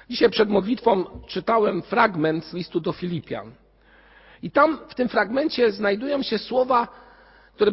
Dzisiaj przed modlitwą czytałem fragment z listu do Filipian. I tam w tym fragmencie znajdują się słowa, którymi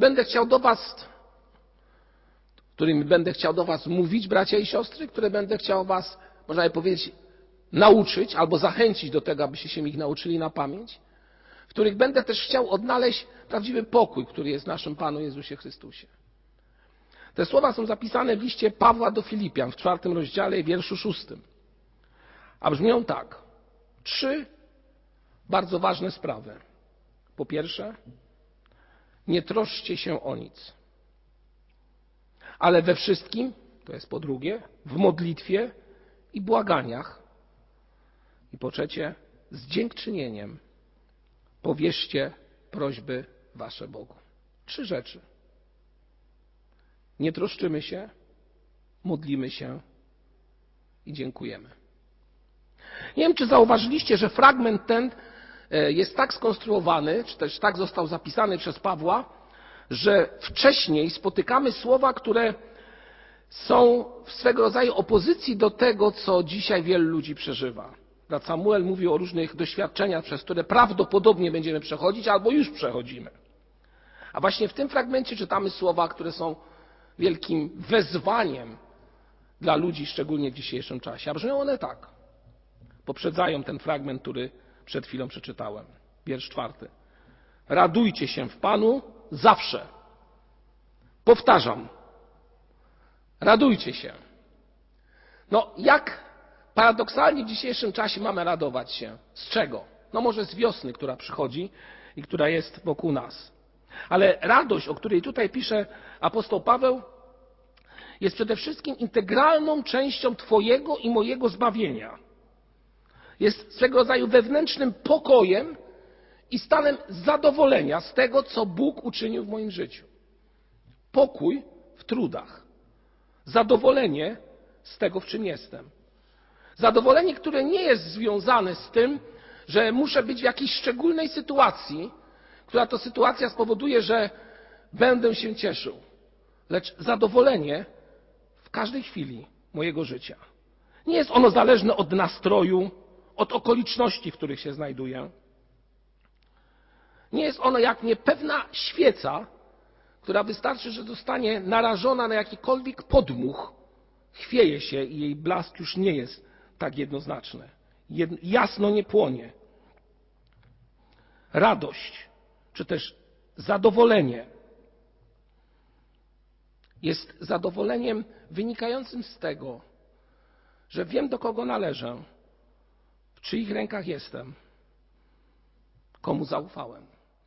będę chciał do was mówić, bracia i siostry, które będę chciał was, można by powiedzieć, nauczyć albo zachęcić do tego, abyście się ich nauczyli na pamięć, w których będę też chciał odnaleźć prawdziwy pokój, który jest w naszym Panu Jezusie Chrystusie. Te słowa są zapisane w liście Pawła do Filipian w 4 rozdziale, wierszu 6. A brzmią tak. 3 bardzo ważne sprawy. Po pierwsze, nie troszczcie się o nic. Ale we wszystkim, to jest po drugie, w modlitwie i błaganiach. I po trzecie, z dziękczynieniem powierzcie prośby wasze Bogu. 3 rzeczy. Nie troszczymy się, modlimy się i dziękujemy. Nie wiem, czy zauważyliście, że fragment ten jest tak skonstruowany, czy też tak został zapisany przez Pawła, że wcześniej spotykamy słowa, które są w swego rodzaju opozycji do tego, co dzisiaj wielu ludzi przeżywa. Brat Samuel mówił o różnych doświadczeniach, przez które prawdopodobnie będziemy przechodzić albo już przechodzimy. A właśnie w tym fragmencie czytamy słowa, które są wielkim wezwaniem dla ludzi, szczególnie w dzisiejszym czasie. A brzmią one tak. Poprzedzają ten fragment, który przed chwilą przeczytałem. Wiersz 4. Radujcie się w Panu zawsze. Powtarzam. Radujcie się. No, jak paradoksalnie w dzisiejszym czasie mamy radować się? Z czego? No może z wiosny, która przychodzi i która jest wokół nas. Ale radość, o której tutaj pisze apostoł Paweł, jest przede wszystkim integralną częścią Twojego i mojego zbawienia. Jest swego rodzaju wewnętrznym pokojem i stanem zadowolenia z tego, co Bóg uczynił w moim życiu. Pokój w trudach. Zadowolenie z tego, w czym jestem. Zadowolenie, które nie jest związane z tym, że muszę być w jakiejś szczególnej sytuacji, która to sytuacja spowoduje, że będę się cieszył. Lecz zadowolenie w każdej chwili mojego życia. Nie jest ono zależne od nastroju, od okoliczności, w których się znajduję. Nie jest ono jak niepewna świeca, która wystarczy, że zostanie narażona na jakikolwiek podmuch, chwieje się i jej blask już nie jest tak jednoznaczny. Jasno nie płonie. Radość, czy też zadowolenie jest zadowoleniem wynikającym z tego, że wiem, do kogo należę, w czyich rękach jestem, komu zaufałem.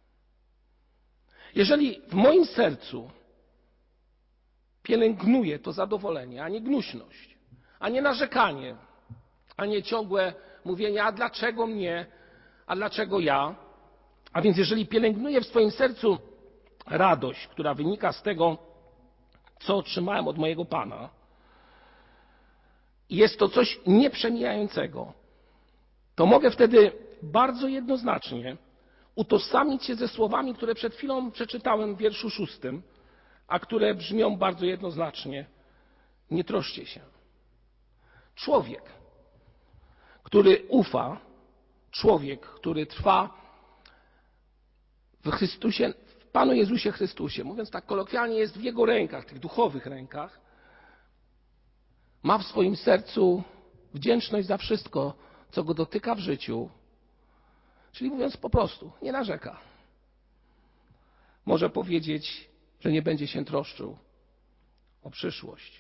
Jeżeli w moim sercu pielęgnuję to zadowolenie, a nie gnuśność, a nie narzekanie, a nie ciągłe mówienie, a dlaczego mnie, a dlaczego ja, a więc jeżeli pielęgnuję w swoim sercu radość, która wynika z tego, co otrzymałem od mojego Pana, i jest to coś nieprzemijającego, to mogę wtedy bardzo jednoznacznie utożsamić się ze słowami, które przed chwilą przeczytałem w wierszu 6, a które brzmią bardzo jednoznacznie. Nie troszcie się. Człowiek, który ufa, człowiek, który trwa w Chrystusie, w Panu Jezusie Chrystusie, mówiąc tak kolokwialnie, jest w Jego rękach, tych duchowych rękach, ma w swoim sercu wdzięczność za wszystko, co go dotyka w życiu. Czyli mówiąc po prostu, nie narzeka. Może powiedzieć, że nie będzie się troszczył o przyszłość.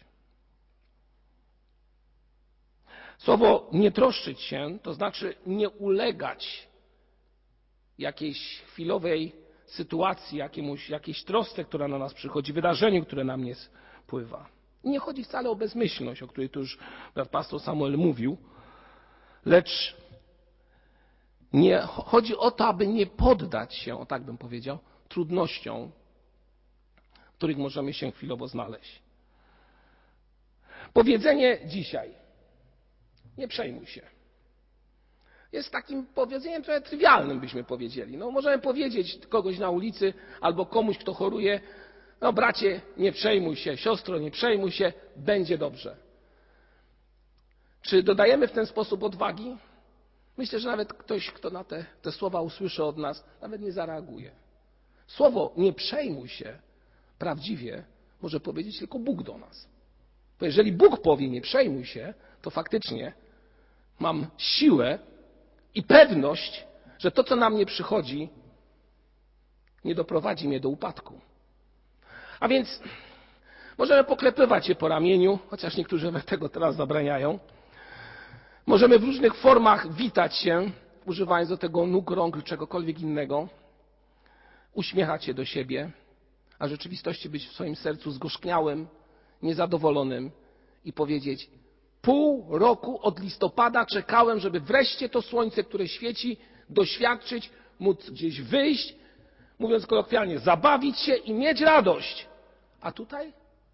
Słowo nie troszczyć się, to znaczy nie ulegać jakiejś chwilowej sytuacji, jakiejś trosce, która na nas przychodzi, wydarzeniu, które na mnie spływa. Nie chodzi wcale o bezmyślność, o której tu już brat pastor Samuel mówił, lecz nie chodzi o to, aby nie poddać się, o tak bym powiedział, trudnościom, w których możemy się chwilowo znaleźć. Powiedzenie dzisiaj. Nie przejmuj się. Jest takim powiedzeniem trochę trywialnym, byśmy powiedzieli. No, możemy powiedzieć kogoś na ulicy albo komuś, kto choruje, no bracie, nie przejmuj się, siostro, nie przejmuj się, będzie dobrze. Czy dodajemy w ten sposób odwagi? Myślę, że nawet ktoś, kto na te słowa usłyszy od nas, nawet nie zareaguje. Słowo nie przejmuj się prawdziwie może powiedzieć tylko Bóg do nas. Bo jeżeli Bóg powie nie przejmuj się, to faktycznie mam siłę i pewność, że to, co na mnie przychodzi, nie doprowadzi mnie do upadku. A więc możemy poklepywać się po ramieniu, chociaż niektórzy tego teraz zabraniają. Możemy w różnych formach witać się, używając do tego nóg, rąk czy czegokolwiek innego. Uśmiechać się do siebie, a w rzeczywistości być w swoim sercu zgorzkniałym, niezadowolonym i powiedzieć: pół roku od listopada czekałem, żeby wreszcie to słońce, które świeci, doświadczyć, móc gdzieś wyjść, mówiąc kolokwialnie, zabawić się i mieć radość. A tutaj?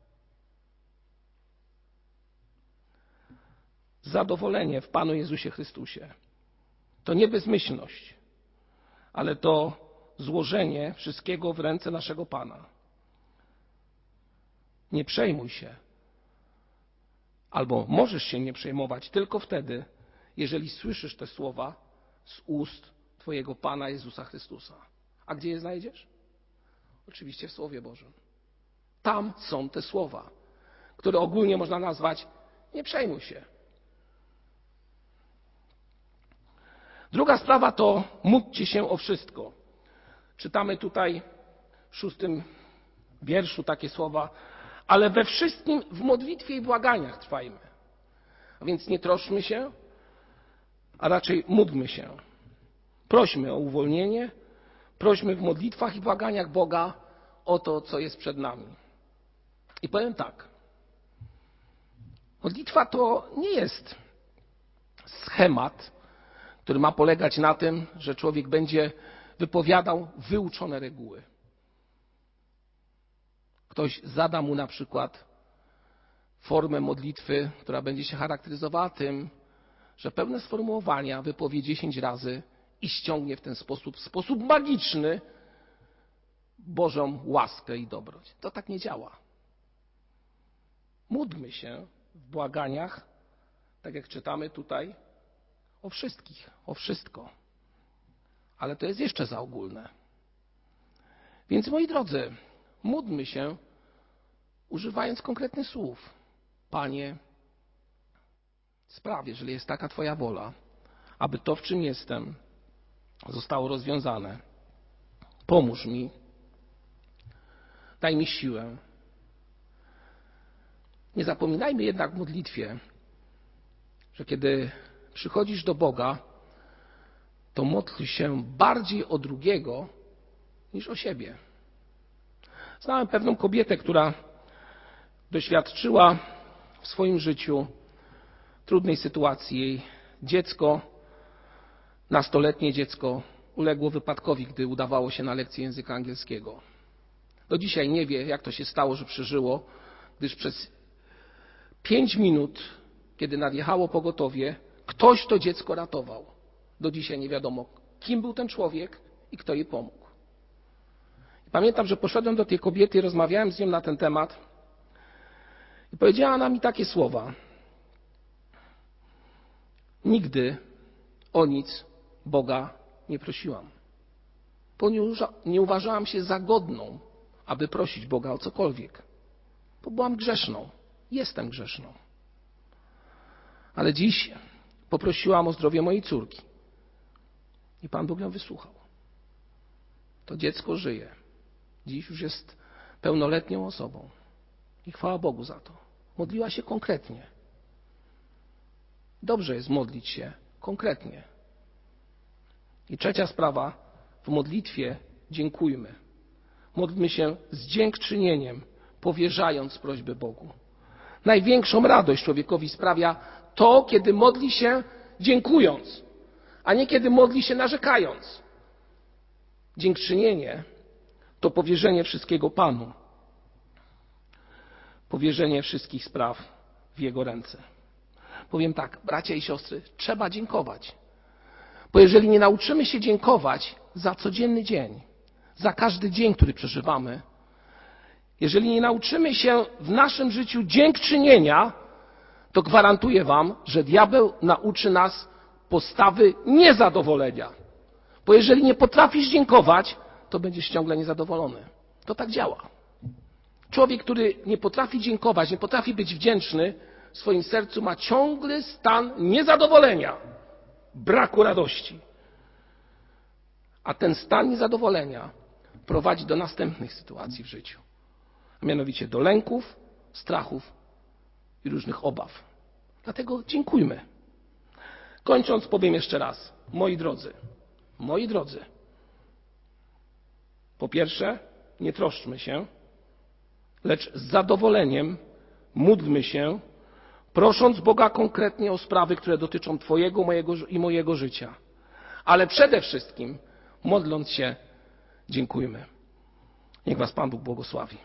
Zadowolenie w Panu Jezusie Chrystusie to nie bezmyślność, ale to złożenie wszystkiego w ręce naszego Pana. Nie przejmuj się. Albo możesz się nie przejmować tylko wtedy, jeżeli słyszysz te słowa z ust Twojego Pana Jezusa Chrystusa. A gdzie je znajdziesz? Oczywiście w Słowie Bożym. Tam są te słowa, które ogólnie można nazwać: nie przejmuj się. Druga sprawa to módlcie się o wszystko. Czytamy tutaj w 6 wierszu takie słowa: ale we wszystkim w modlitwie i błaganiach trwajmy. A więc nie troszczmy się, a raczej módlmy się. Prośmy o uwolnienie, prośmy w modlitwach i błaganiach Boga o to, co jest przed nami. I powiem tak. Modlitwa to nie jest schemat, który ma polegać na tym, że człowiek będzie wypowiadał wyuczone reguły. Ktoś zada mu na przykład formę modlitwy, która będzie się charakteryzowała tym, że pełne sformułowania wypowie 10 razy i ściągnie w ten sposób, w sposób magiczny, Bożą łaskę i dobroć. To tak nie działa. Módlmy się w błaganiach, tak jak czytamy tutaj, o wszystkich, o wszystko. Ale to jest jeszcze za ogólne. Więc moi drodzy, módlmy się używając konkretnych słów. Panie, spraw, jeżeli jest taka Twoja wola, aby to, w czym jestem, zostało rozwiązane. Pomóż mi. Daj mi siłę. Nie zapominajmy jednak w modlitwie, że kiedy przychodzisz do Boga, to módl się bardziej o drugiego niż o siebie. Znałem pewną kobietę, która doświadczyła w swoim życiu trudnej sytuacji. Jej dziecko, nastoletnie dziecko, uległo wypadkowi, gdy udawało się na lekcję języka angielskiego. Do dzisiaj nie wie, jak to się stało, że przeżyło, gdyż przez 5 minut, kiedy nadjechało pogotowie, ktoś to dziecko ratował. Do dzisiaj nie wiadomo, kim był ten człowiek i kto jej pomógł. Pamiętam, że poszedłem do tej kobiety i rozmawiałem z nią na ten temat i powiedziała ona mi takie słowa: nigdy o nic Boga nie prosiłam, bo nie uważałam się za godną, aby prosić Boga o cokolwiek, bo byłam grzeszną, jestem grzeszną. Ale dziś poprosiłam o zdrowie mojej córki i Pan Bóg ją wysłuchał. To dziecko żyje. Dziś już jest pełnoletnią osobą. I chwała Bogu za to. Modliła się konkretnie. Dobrze jest modlić się konkretnie. I trzecia sprawa. W modlitwie dziękujmy. Módlmy się z dziękczynieniem, powierzając prośbę Bogu. Największą radość człowiekowi sprawia to, kiedy modli się dziękując, a nie kiedy modli się narzekając. Dziękczynienie to powierzenie wszystkiego Panu. Powierzenie wszystkich spraw w Jego ręce. Powiem tak, bracia i siostry, trzeba dziękować. Bo jeżeli nie nauczymy się dziękować za codzienny dzień, za każdy dzień, który przeżywamy, jeżeli nie nauczymy się w naszym życiu dziękczynienia, to gwarantuję wam, że diabeł nauczy nas postawy niezadowolenia. Bo jeżeli nie potrafisz dziękować, to będziesz ciągle niezadowolony. To tak działa. Człowiek, który nie potrafi dziękować, nie potrafi być wdzięczny, w swoim sercu ma ciągły stan niezadowolenia, braku radości. A ten stan niezadowolenia prowadzi do następnych sytuacji w życiu. A mianowicie do lęków, strachów i różnych obaw. Dlatego dziękujmy. Kończąc, powiem jeszcze raz. Moi drodzy, po pierwsze, nie troszczmy się, lecz z zadowoleniem módlmy się, prosząc Boga konkretnie o sprawy, które dotyczą Twojego i mojego życia. Ale przede wszystkim, modląc się, dziękujmy. Niech Was Pan Bóg błogosławi.